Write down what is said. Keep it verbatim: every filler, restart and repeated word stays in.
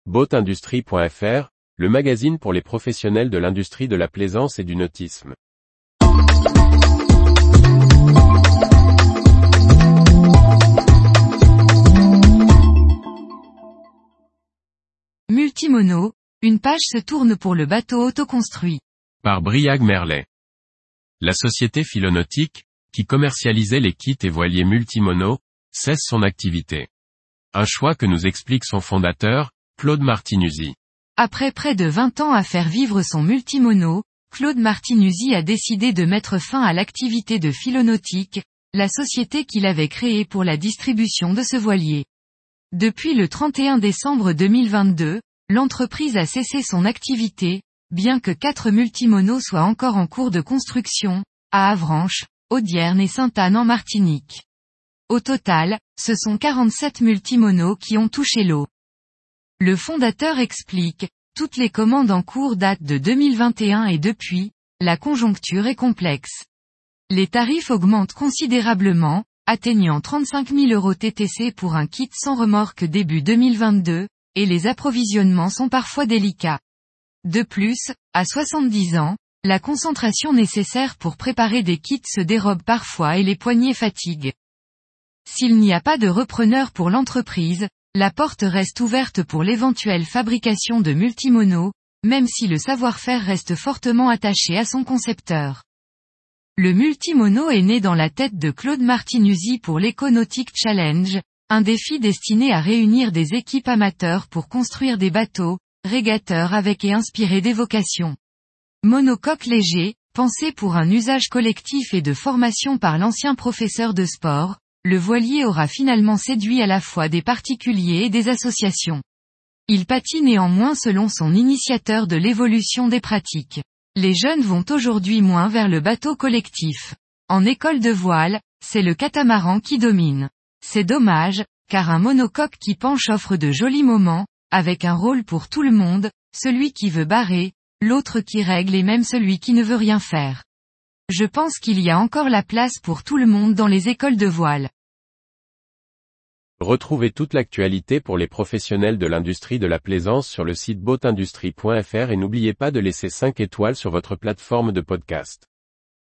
boatindustrie point f r, le magazine pour les professionnels de l'industrie de la plaisance et du nautisme. Multimono, une page se tourne pour le bateau autoconstruit. Par Briag Merlet. La société Filonautique, qui commercialisait les kits et voiliers multimono, cesse son activité. Un choix que nous explique son fondateur, Claude Martinuzzi. Après près de vingt ans à faire vivre son multimono, Claude Martinuzzi a décidé de mettre fin à l'activité de Filonautique, la société qu'il avait créée pour la distribution de ce voilier. Depuis le trente et un décembre deux mille vingt-deux, l'entreprise a cessé son activité, bien que quatre multimonos soient encore en cours de construction, à Avranches, Audierne et Sainte-Anne en Martinique. Au total, ce sont quarante-sept multimonos qui ont touché l'eau. Le fondateur explique, toutes les commandes en cours datent de deux mille vingt et un et depuis, la conjoncture est complexe. Les tarifs augmentent considérablement, atteignant trente-cinq mille euros T T C pour un kit sans remorque début deux mille vingt-deux, et les approvisionnements sont parfois délicats. De plus, à soixante-dix ans, la concentration nécessaire pour préparer des kits se dérobe parfois et les poignets fatiguent. S'il n'y a pas de repreneur pour l'entreprise, la porte reste ouverte pour l'éventuelle fabrication de multimonos, même si le savoir-faire reste fortement attaché à son concepteur. Le multimono est né dans la tête de Claude Martinuzzi pour l'Eco-Nautic Challenge, un défi destiné à réunir des équipes amateurs pour construire des bateaux, régateurs avec et inspirés des vocations. Monocoque léger, pensé pour un usage collectif et de formation par l'ancien professeur de sport, le voilier aura finalement séduit à la fois des particuliers et des associations. Il pâtit néanmoins selon son initiateur de l'évolution des pratiques. Les jeunes vont aujourd'hui moins vers le bateau collectif. En école de voile, c'est le catamaran qui domine. C'est dommage, car un monocoque qui penche offre de jolis moments, avec un rôle pour tout le monde, celui qui veut barrer, l'autre qui règle et même celui qui ne veut rien faire. Je pense qu'il y a encore la place pour tout le monde dans les écoles de voile. Retrouvez toute l'actualité pour les professionnels de l'industrie de la plaisance sur le site boatindustrie point f r et n'oubliez pas de laisser cinq étoiles sur votre plateforme de podcast.